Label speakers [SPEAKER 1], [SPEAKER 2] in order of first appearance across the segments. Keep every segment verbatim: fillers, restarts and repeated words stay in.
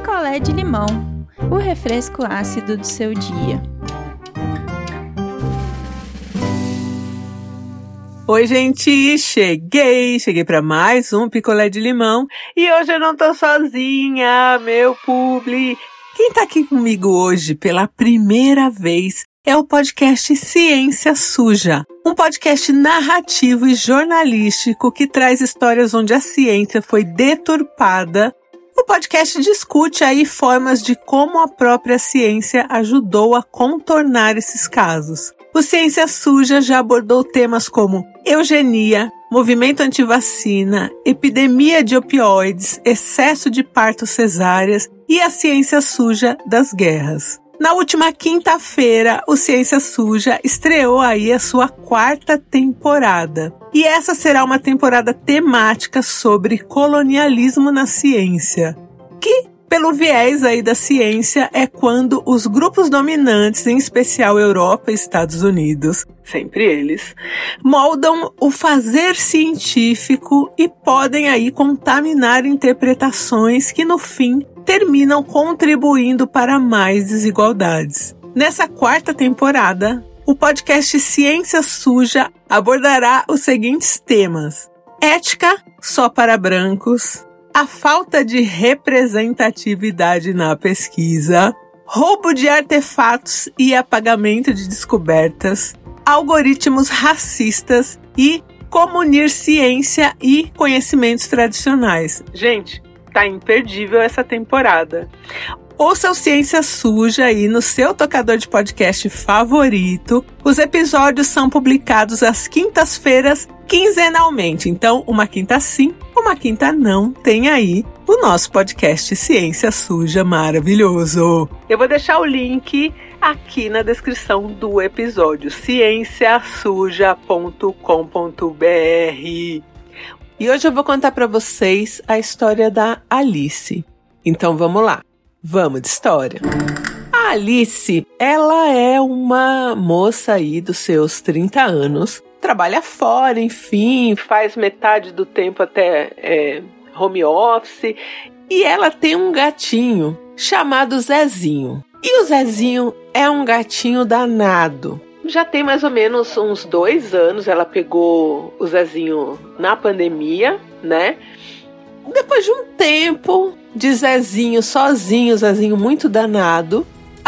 [SPEAKER 1] picolé de limão, o refresco ácido do seu dia.
[SPEAKER 2] Oi, gente, cheguei, cheguei para mais um picolé de limão e hoje eu não tô sozinha, meu publi. Quem tá aqui comigo hoje pela primeira vez é o podcast Ciência Suja, um podcast narrativo e jornalístico que traz histórias onde a ciência foi deturpada. O podcast discute aí formas de como a própria ciência ajudou a contornar esses casos. O Ciência Suja já abordou temas como eugenia, movimento antivacina, epidemia de opioides, excesso de partos cesáreas e a ciência suja das guerras. Na última quinta-feira, o Ciência Suja estreou aí a sua quarta temporada. E essa será uma temporada temática sobre colonialismo na ciência, que, pelo viés aí da ciência, é quando os grupos dominantes, em especial Europa e Estados Unidos, sempre eles, moldam o fazer científico e podem aí contaminar interpretações que, no fim, terminam contribuindo para mais desigualdades. Nessa quarta temporada, o podcast Ciência Suja abordará os seguintes temas: ética só para brancos, a falta de representatividade na pesquisa, roubo de artefatos e apagamento de descobertas, algoritmos racistas e como unir ciência e conhecimentos tradicionais. Gente, tá imperdível essa temporada. Ouça o Ciência Suja aí no seu tocador de podcast favorito. Os episódios são publicados às quintas-feiras, quinzenalmente. Então, uma quinta sim, uma quinta não, tem aí o nosso podcast Ciência Suja maravilhoso. Eu vou deixar o link aqui na descrição do episódio, ciencia suja ponto com ponto b r. E hoje eu vou contar para vocês a história da Alice. Então vamos lá, vamos de história. A Alice, ela é uma moça aí dos seus trinta anos, trabalha fora, enfim, faz metade do tempo até é, home office, e ela tem um gatinho chamado Zezinho. E o Zezinho é um gatinho danado. Já tem mais ou menos uns dois anos, ela pegou o Zezinho na pandemia, né? Depois de um tempo de Zezinho sozinho, Zezinho muito danado,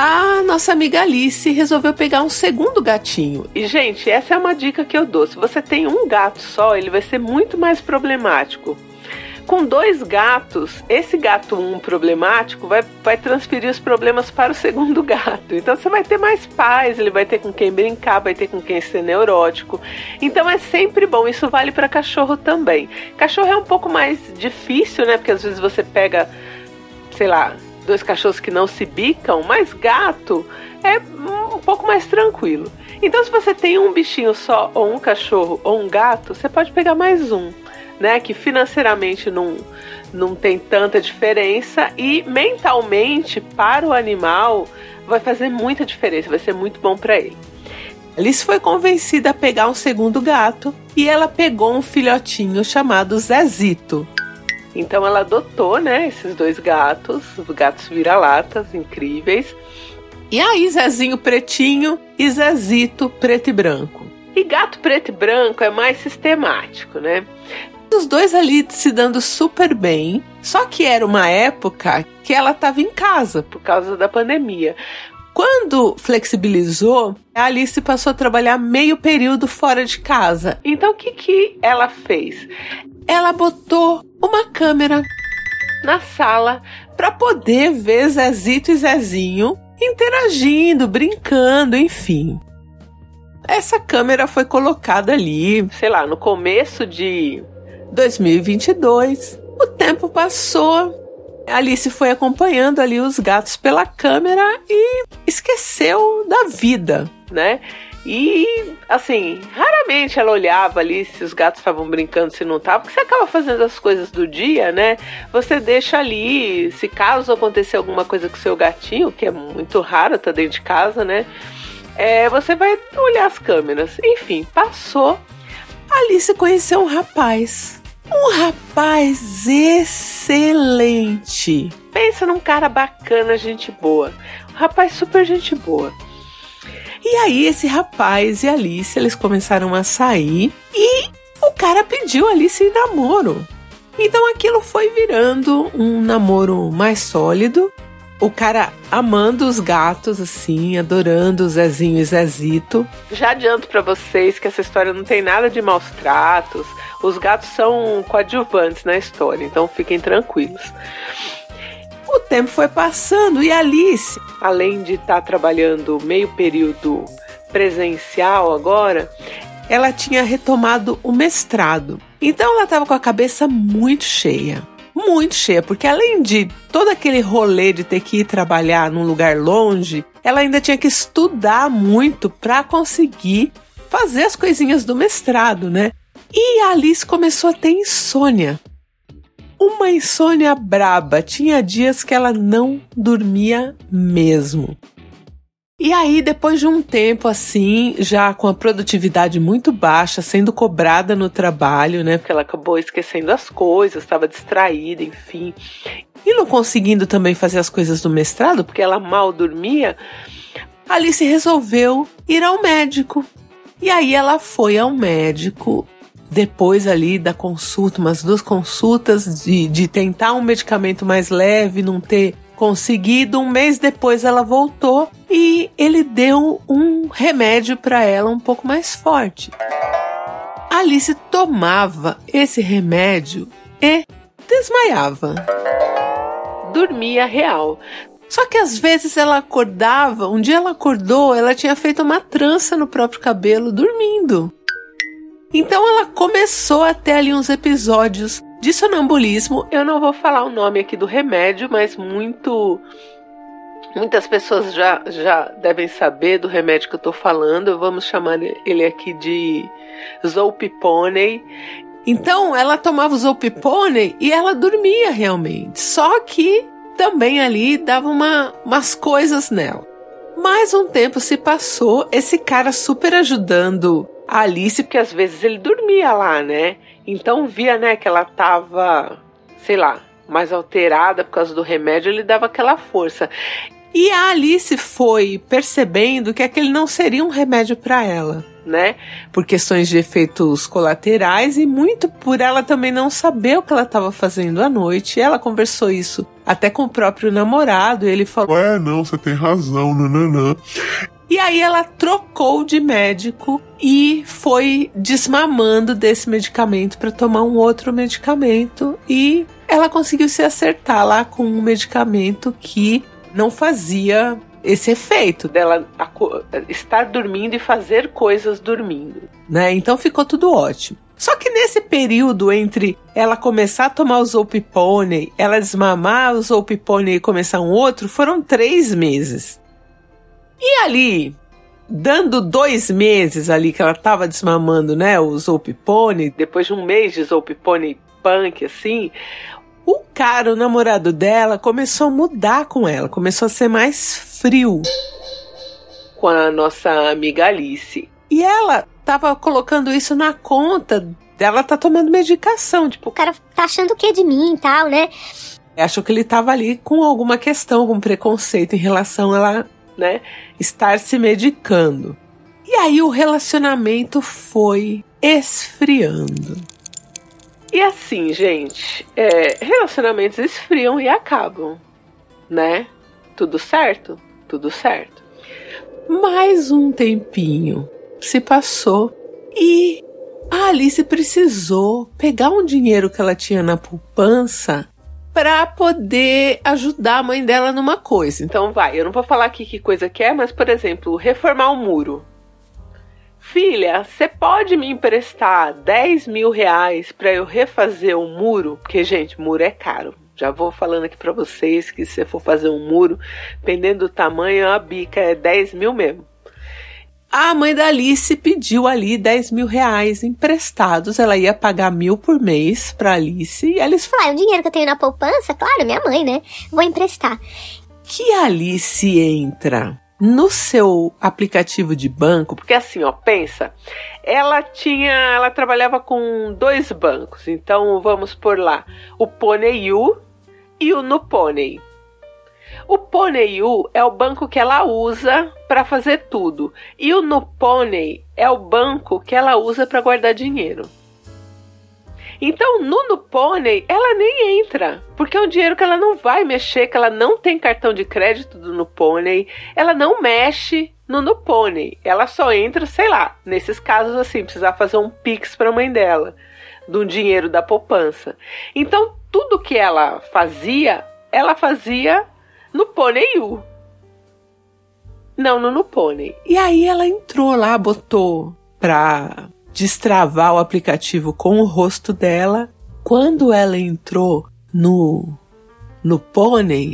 [SPEAKER 2] a nossa amiga Alice resolveu pegar um segundo gatinho. E, gente, essa é uma dica que eu dou. Se você tem um gato só, ele vai ser muito mais problemático. Com dois gatos, esse gato um problemático vai, vai transferir os problemas para o segundo gato. Então você vai ter mais paz, ele vai ter com quem brincar, vai ter com quem ser neurótico. Então é sempre bom, isso vale para cachorro também. Cachorro é um pouco mais difícil, né? Porque às vezes você pega, sei lá, dois cachorros que não se bicam, mas gato é um pouco mais tranquilo. Então se você tem um bichinho só, ou um cachorro, ou um gato, você pode pegar mais um, né, que financeiramente não, não tem tanta diferença e mentalmente para o animal vai fazer muita diferença, vai ser muito bom para ele. Alice foi convencida a pegar um segundo gato e ela pegou um filhotinho chamado Zezito. Então ela adotou, né, esses dois gatos, gatos vira-latas incríveis. E aí Zezinho pretinho e Zezito preto e branco. E gato preto e branco é mais sistemático, né? Os dois ali se dando super bem, só que era uma época que ela estava em casa por causa da pandemia. Quando flexibilizou, a Alice passou a trabalhar meio período fora de casa. Então o que, que ela fez? Ela botou uma câmera na sala para poder ver Zezito e Zezinho interagindo, brincando, enfim. Essa câmera foi colocada ali, sei lá, no começo de dois mil e vinte e dois. O tempo passou, a Alice foi acompanhando ali os gatos pela câmera e esqueceu da vida, né? E, assim, raramente ela olhava ali se os gatos estavam brincando, se não estavam, porque você acaba fazendo as coisas do dia, né? Você deixa ali, se caso acontecer alguma coisa com o seu gatinho, que é muito raro, tá dentro de casa, né? É, você vai olhar as câmeras. Enfim, passou. A Alice conheceu um rapaz. Um rapaz excelente. Pensa num cara bacana, gente boa. Um rapaz super gente boa. E aí esse rapaz e a Alice, eles começaram a sair e o cara pediu a Alice em namoro. Então aquilo foi virando um namoro mais sólido. O cara amando os gatos, assim, adorando o Zezinho e Zezito. Já adianto pra vocês que essa história não tem nada de maus tratos. Os gatos são coadjuvantes na história, então fiquem tranquilos. O tempo foi passando e a Alice, além de estar trabalhando meio período presencial agora, ela tinha retomado o mestrado. Então ela estava com a cabeça muito cheia. Muito cheia, porque além de todo aquele rolê de ter que ir trabalhar num lugar longe, ela ainda tinha que estudar muito para conseguir fazer as coisinhas do mestrado, né? E a Alice começou a ter insônia. Uma insônia braba. Tinha dias que ela não dormia mesmo. E aí, depois de um tempo assim, já com a produtividade muito baixa, sendo cobrada no trabalho, né? Porque ela acabou esquecendo as coisas, estava distraída, enfim. E não conseguindo também fazer as coisas do mestrado, porque ela mal dormia, a Alice resolveu ir ao médico. E aí ela foi ao médico, depois ali da consulta, umas duas consultas, de, de tentar um medicamento mais leve, não ter conseguido. Um mês depois ela voltou e ele deu um remédio para ela um pouco mais forte. A Alice tomava esse remédio e desmaiava. Dormia real. Só que às vezes ela acordava, um dia ela acordou, ela tinha feito uma trança no próprio cabelo dormindo. Então ela começou a ter ali uns episódios de sonambulismo. Eu não vou falar o nome aqui do remédio, mas muito, muitas pessoas já, já devem saber do remédio que eu tô falando. Vamos chamar ele aqui de Zolpipone. Então ela tomava o Zolpipone e ela dormia realmente. Só que também ali dava uma, umas coisas nela. Mais um tempo se passou, esse cara super ajudando a Alice, porque às vezes ele dormia lá, né? Então via, né, que ela tava, sei lá, mais alterada por causa do remédio, ele dava aquela força. E a Alice foi percebendo que aquele não seria um remédio para ela, né? Por questões de efeitos colaterais e muito por ela também não saber o que ela estava fazendo à noite. Ela conversou isso até com o próprio namorado e ele falou:
[SPEAKER 3] é, não, você tem razão, nananã.
[SPEAKER 2] E aí ela trocou de médico e foi desmamando desse medicamento para tomar um outro medicamento. E ela conseguiu se acertar lá com um medicamento que não fazia esse efeito dela estar dormindo e fazer coisas dormindo, né? Então ficou tudo ótimo. Só que nesse período entre ela começar a tomar o Zolpipone, ela desmamar o Zolpipone e começar um outro, foram três meses. E ali, dando dois meses ali que ela tava desmamando, né, o Zolpipone, depois de um mês de Zolpipone punk, assim, o cara, o namorado dela, começou a mudar com ela, começou a ser mais frio com a nossa amiga Alice. E ela tava colocando isso na conta dela, tá tomando medicação, tipo,
[SPEAKER 4] o cara tá achando o que de mim e tal, né?
[SPEAKER 2] Achou que ele tava ali com alguma questão, com preconceito em relação a ela, né, estar se medicando. E aí o relacionamento foi esfriando. E assim, gente, é, relacionamentos esfriam e acabam, né? Tudo certo? Tudo certo. Mais um tempinho se passou e a Alice precisou pegar um dinheiro que ela tinha na poupança para poder ajudar a mãe dela numa coisa. Então vai, eu não vou falar aqui que coisa que é, mas por exemplo, reformar um muro. Filha, você pode me emprestar dez mil reais para eu refazer um muro? Porque, gente, muro é caro. Já vou falando aqui para vocês que se você for fazer um muro, dependendo do tamanho, a bica é dez mil mesmo. A mãe da Alice pediu ali dez mil reais emprestados. Ela ia pagar mil por mês pra Alice. E a Alice falou:
[SPEAKER 4] ah, é um dinheiro que eu tenho na poupança? Claro, minha mãe, né? Vou emprestar.
[SPEAKER 2] Que a Alice entra no seu aplicativo de banco, porque assim, ó, pensa, ela tinha, ela trabalhava com dois bancos, então vamos por lá, o Poneu e o Nuponey. O Poneu é o banco que ela usa para fazer tudo, e o Nuponey é o banco que ela usa para guardar dinheiro. Então, no Nuponey, ela nem entra, porque é um dinheiro que ela não vai mexer, que ela não tem cartão de crédito do Nuponey, ela não mexe no Nuponey, ela só entra, sei lá, nesses casos assim, precisar fazer um Pix para a mãe dela, do dinheiro da poupança. Então, tudo que ela fazia, ela fazia no Poneu, não no Nuponey. E aí ela entrou lá, botou pra destravar o aplicativo com o rosto dela. Quando ela entrou no Nuponey,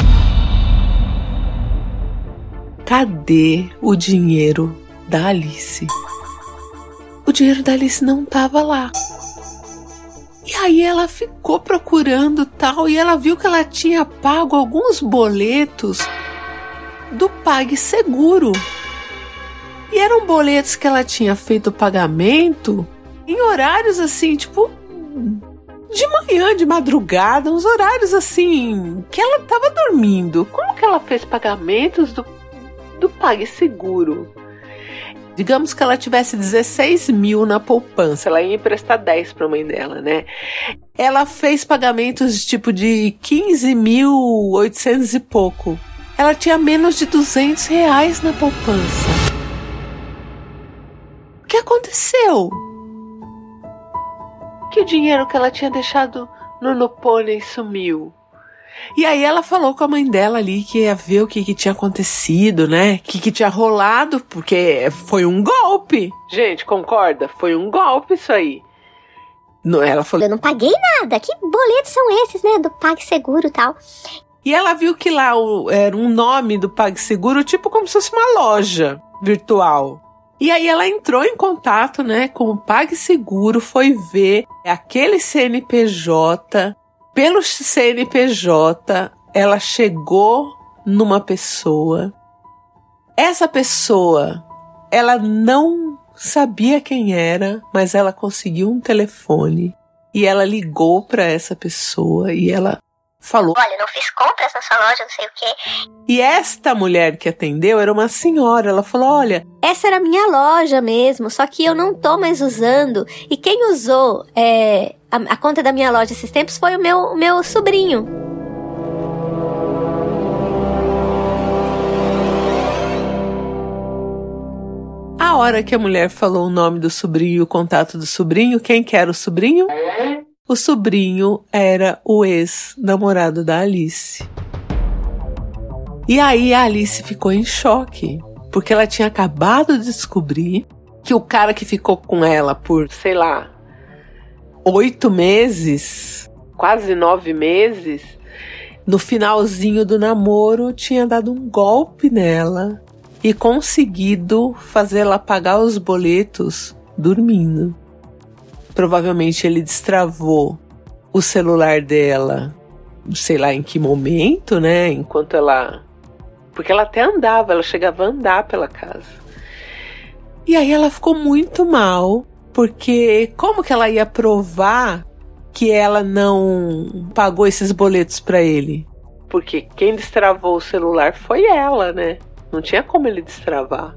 [SPEAKER 2] cadê o dinheiro da Alice? O dinheiro da Alice não tava lá. E aí ela ficou procurando tal, e ela viu que ela tinha pago alguns boletos do PagSeguro. E eram boletos que ela tinha feito o pagamento em horários assim, tipo, de manhã, de madrugada, uns horários assim, que ela tava dormindo. Como que ela fez pagamentos do, do PagSeguro? Digamos que ela tivesse dezesseis mil na poupança, ela ia emprestar dez para a mãe dela, né? Ela fez pagamentos tipo de quinze mil e oitocentos e pouco. Ela tinha menos de duzentos reais na poupança. O que aconteceu? Que o dinheiro que ela tinha deixado no Nuponey sumiu. E aí ela falou com a mãe dela ali que ia ver o que, que tinha acontecido, né? O que, que tinha rolado, porque foi um golpe. Gente, concorda? Foi um golpe isso aí. Não, ela falou...
[SPEAKER 4] Eu não paguei nada. Que boletos são esses, né? Do PagSeguro e tal.
[SPEAKER 2] E ela viu que lá o, era um nome do PagSeguro, tipo como se fosse uma loja virtual. E aí ela entrou em contato, né, com o PagSeguro, foi ver aquele C N P J... Pelo C N P J, ela chegou numa pessoa. Essa pessoa, ela não sabia quem era, mas ela conseguiu um telefone. E ela ligou para essa pessoa e ela falou:
[SPEAKER 4] olha, não fiz compras nessa loja, não sei o quê.
[SPEAKER 2] E esta mulher que atendeu era uma senhora. Ela falou: olha,
[SPEAKER 4] essa era a minha loja mesmo, só que eu não tô mais usando. E quem usou é, a, a conta da minha loja esses tempos foi o meu, o meu sobrinho.
[SPEAKER 2] A hora que a mulher falou o nome do sobrinho e o contato do sobrinho, quem que era o sobrinho? O sobrinho era o ex-namorado da Alice. E aí a Alice ficou em choque, porque ela tinha acabado de descobrir que o cara que ficou com ela por, sei lá, oito meses, quase nove meses, no finalzinho do namoro, tinha dado um golpe nela e conseguido fazer ela pagar os boletos dormindo. Provavelmente ele destravou o celular dela, sei lá em que momento, né? Enquanto ela... Porque ela até andava, ela chegava a andar pela casa. E aí ela ficou muito mal, porque como que ela ia provar que ela não pagou esses boletos para ele? Porque quem destravou o celular foi ela, né? Não tinha como ele destravar.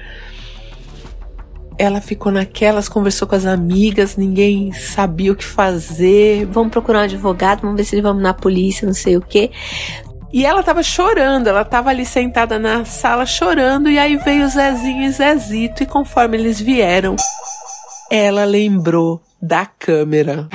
[SPEAKER 2] Ela ficou naquelas, conversou com as amigas, ninguém sabia o que fazer. Vamos procurar um advogado, vamos ver se vamos na polícia, não sei o quê. E ela tava chorando, ela tava ali sentada na sala chorando, e aí veio o Zezinho e Zezito, e conforme eles vieram, ela lembrou da câmera.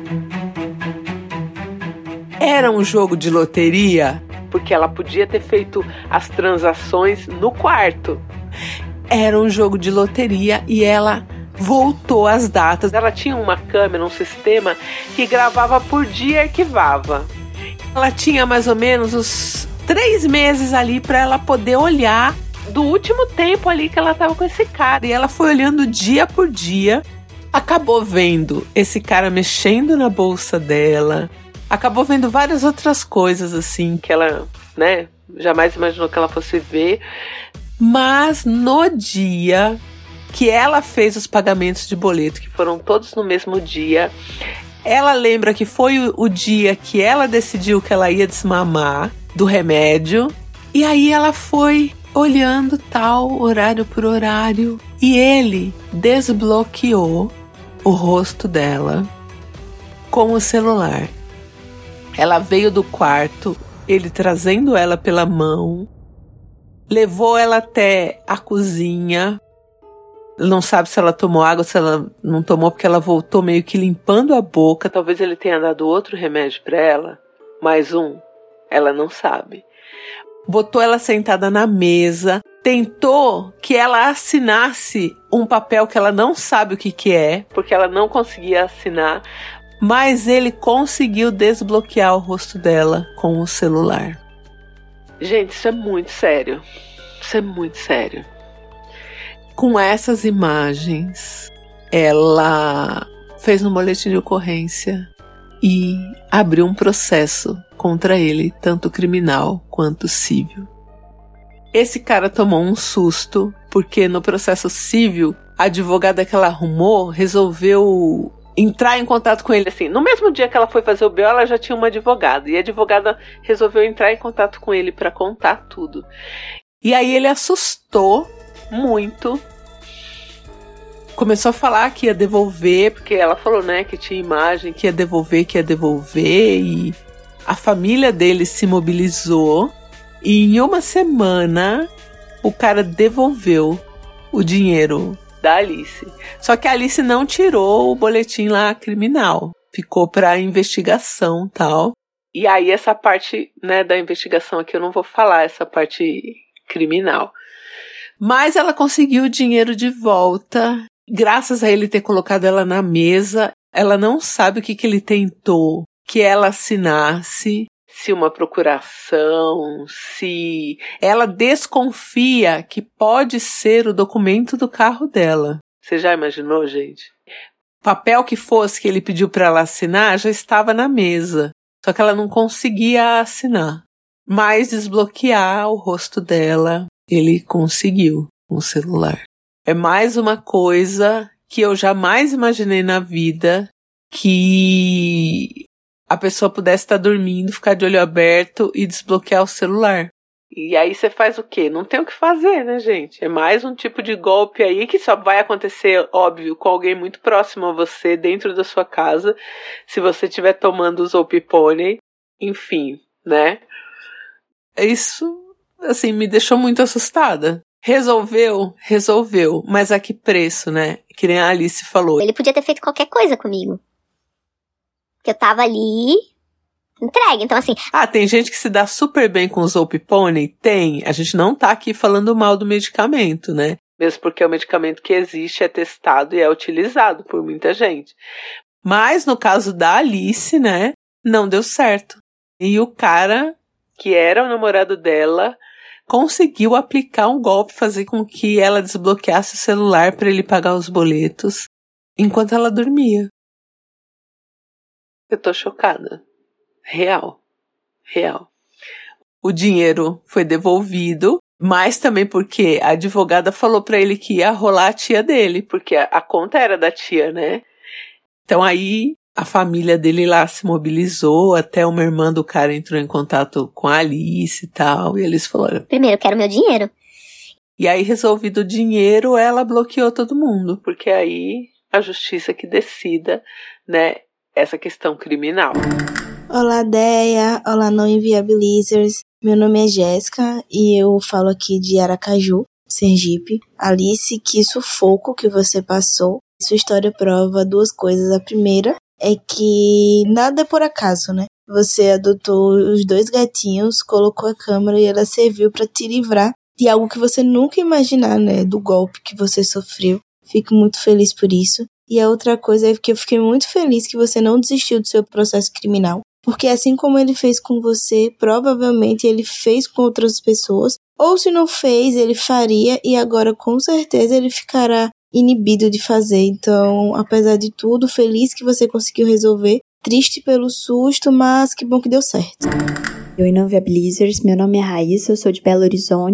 [SPEAKER 2] Era um jogo de loteria, porque ela podia ter feito as transações no quarto. Era um jogo de loteria e ela voltou as datas. Ela tinha uma câmera, um sistema que gravava por dia e arquivava. Ela tinha mais ou menos uns três meses ali para ela poder olhar do último tempo ali que ela estava com esse cara. E ela foi olhando dia por dia, acabou vendo esse cara mexendo na bolsa dela, acabou vendo várias outras coisas assim que ela, né, jamais imaginou que ela fosse ver. Mas no dia que ela fez os pagamentos de boleto, que foram todos no mesmo dia, ela lembra que foi o, o dia que ela decidiu que ela ia desmamar do remédio. E aí ela foi olhando tal, horário por horário, e ele desbloqueou o rosto dela com o celular. Ela veio do quarto, ele trazendo ela pela mão, levou ela até a cozinha. Não sabe se ela tomou água, se ela não tomou, porque ela voltou meio que limpando a boca. Talvez ele tenha dado outro remédio para ela, mais um, ela não sabe. Botou ela sentada na mesa, tentou que ela assinasse um papel que ela não sabe o que que é, porque ela não conseguia assinar, mas ele conseguiu desbloquear o rosto dela com o celular. Gente, isso é muito sério. Isso é muito sério. Com essas imagens, ela fez um boletim de ocorrência e abriu um processo contra ele, tanto criminal quanto civil. Esse cara tomou um susto, porque no processo civil, a advogada que ela arrumou resolveu entrar em contato com ele assim. No mesmo dia que ela foi fazer o B O, ela já tinha uma advogada, e a advogada resolveu entrar em contato com ele para contar tudo. E aí ele assustou muito, começou a falar que ia devolver, porque ela falou, né, que tinha imagem, que ia devolver, que ia devolver, e a família dele se mobilizou, e em uma semana o cara devolveu o dinheiro da Alice. Só que a Alice não tirou o boletim lá criminal, ficou para investigação e tal. E aí essa parte, né, da investigação aqui eu não vou falar, essa parte criminal. Mas ela conseguiu o dinheiro de volta, graças a ele ter colocado ela na mesa. Ela não sabe o que, que ele tentou que ela assinasse, se uma procuração, se... Ela desconfia que pode ser o documento do carro dela. Você já imaginou, gente? O papel que fosse que ele pediu para ela assinar já estava na mesa, só que ela não conseguia assinar. Mas desbloquear o rosto dela, ele conseguiu com o celular. É mais uma coisa que eu jamais imaginei na vida, que a pessoa pudesse estar dormindo, ficar de olho aberto e desbloquear o celular. E aí você faz o quê? Não tem o que fazer, né, gente? É mais um tipo de golpe aí que só vai acontecer, óbvio, com alguém muito próximo a você, dentro da sua casa, se você estiver tomando o Zolpipone, enfim, né? Isso, assim, me deixou muito assustada. Resolveu? Resolveu. Mas a que preço, né? Que nem a Alice falou.
[SPEAKER 4] Ele podia ter feito qualquer coisa comigo. Porque eu tava ali entregue, então assim...
[SPEAKER 2] Ah, tem gente que se dá super bem com o Zolpipone? Tem. A gente não tá aqui falando mal do medicamento, né? Mesmo porque é um medicamento que existe, é testado e é utilizado por muita gente. Mas no caso da Alice, né? Não deu certo. E o cara, que era o namorado dela, conseguiu aplicar um golpe, fazer com que ela desbloqueasse o celular para ele pagar os boletos enquanto ela dormia. Eu tô chocada. Real. Real. O dinheiro foi devolvido, mas também porque a advogada falou pra ele que ia rolar a tia dele, porque a, a conta era da tia, né? Então aí a família dele lá se mobilizou, até uma irmã do cara entrou em contato com a Alice e tal, e eles falaram...
[SPEAKER 4] Primeiro, eu quero meu dinheiro.
[SPEAKER 2] E aí, resolvido o dinheiro, ela bloqueou todo mundo, porque aí a justiça que decida, né, essa questão criminal.
[SPEAKER 5] Olá, Deia. Olá, não inviabilizers. Meu nome é Jéssica e eu falo aqui de Aracaju, Sergipe. Alice, que sufoco que você passou. Sua história prova duas coisas. A primeira é que nada é por acaso, né? Você adotou os dois gatinhos, colocou a câmera e ela serviu para te livrar de algo que você nunca imaginar, né? Do golpe que você sofreu. Fico muito feliz por isso. E a outra coisa é que eu fiquei muito feliz que você não desistiu do seu processo criminal. Porque assim como ele fez com você, provavelmente ele fez com outras pessoas. Ou se não fez, ele faria e agora com certeza ele ficará inibido de fazer. Então, apesar de tudo, feliz que você conseguiu resolver. Triste pelo susto, mas que bom que deu certo.
[SPEAKER 6] Oi, não inviabilizers. Meu nome é Raíssa, eu sou de Belo Horizonte.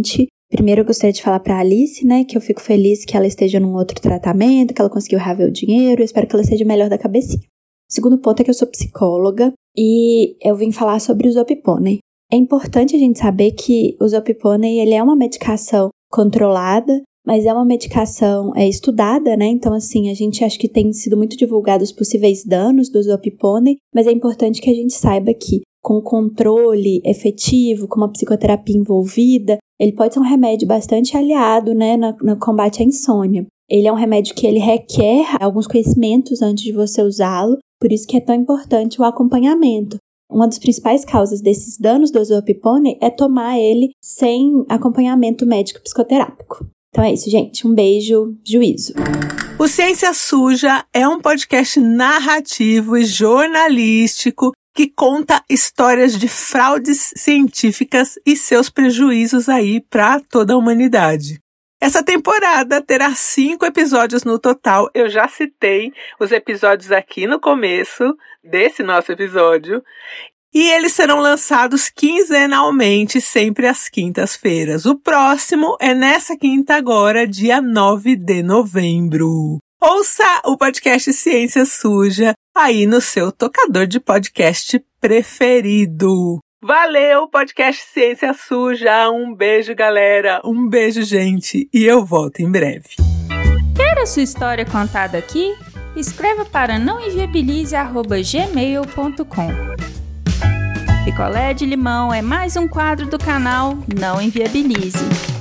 [SPEAKER 6] Primeiro eu gostaria de falar pra Alice, né, que eu fico feliz que ela esteja num outro tratamento, que ela conseguiu reaver o dinheiro, eu espero que ela seja melhor da cabecinha. O segundo ponto é que eu sou psicóloga e eu vim falar sobre o Zopipônei. É importante a gente saber que o Zopipônei, ele é uma medicação controlada, mas é uma medicação é, estudada, né? Então, assim, a gente acha que tem sido muito divulgados os possíveis danos do Zopipônei, mas é importante que a gente saiba que, com controle efetivo, com uma psicoterapia envolvida, ele pode ser um remédio bastante aliado, né, no, no combate à insônia. Ele é um remédio que ele requer alguns conhecimentos antes de você usá-lo, por isso que é tão importante o acompanhamento. Uma das principais causas desses danos do Zopipônei é tomar ele sem acompanhamento médico psicoterápico. Então é isso, gente. Um beijo, juízo.
[SPEAKER 2] O Ciência Suja é um podcast narrativo e jornalístico que conta histórias de fraudes científicas e seus prejuízos aí para toda a humanidade. Essa temporada terá cinco episódios no total. Eu já citei os episódios aqui no começo desse nosso episódio. E eles serão lançados quinzenalmente, sempre às quintas-feiras. O próximo é nessa quinta agora, dia nove de novembro. Ouça o podcast Ciência Suja aí no seu tocador de podcast preferido. Valeu, podcast Ciência Suja. Um beijo, galera. Um beijo, gente. E eu volto em breve.
[SPEAKER 1] Quer a sua história contada aqui? Escreva para não inviabilize arroba gmail ponto com. Picolé de Limão é mais um quadro do canal Não Inviabilize.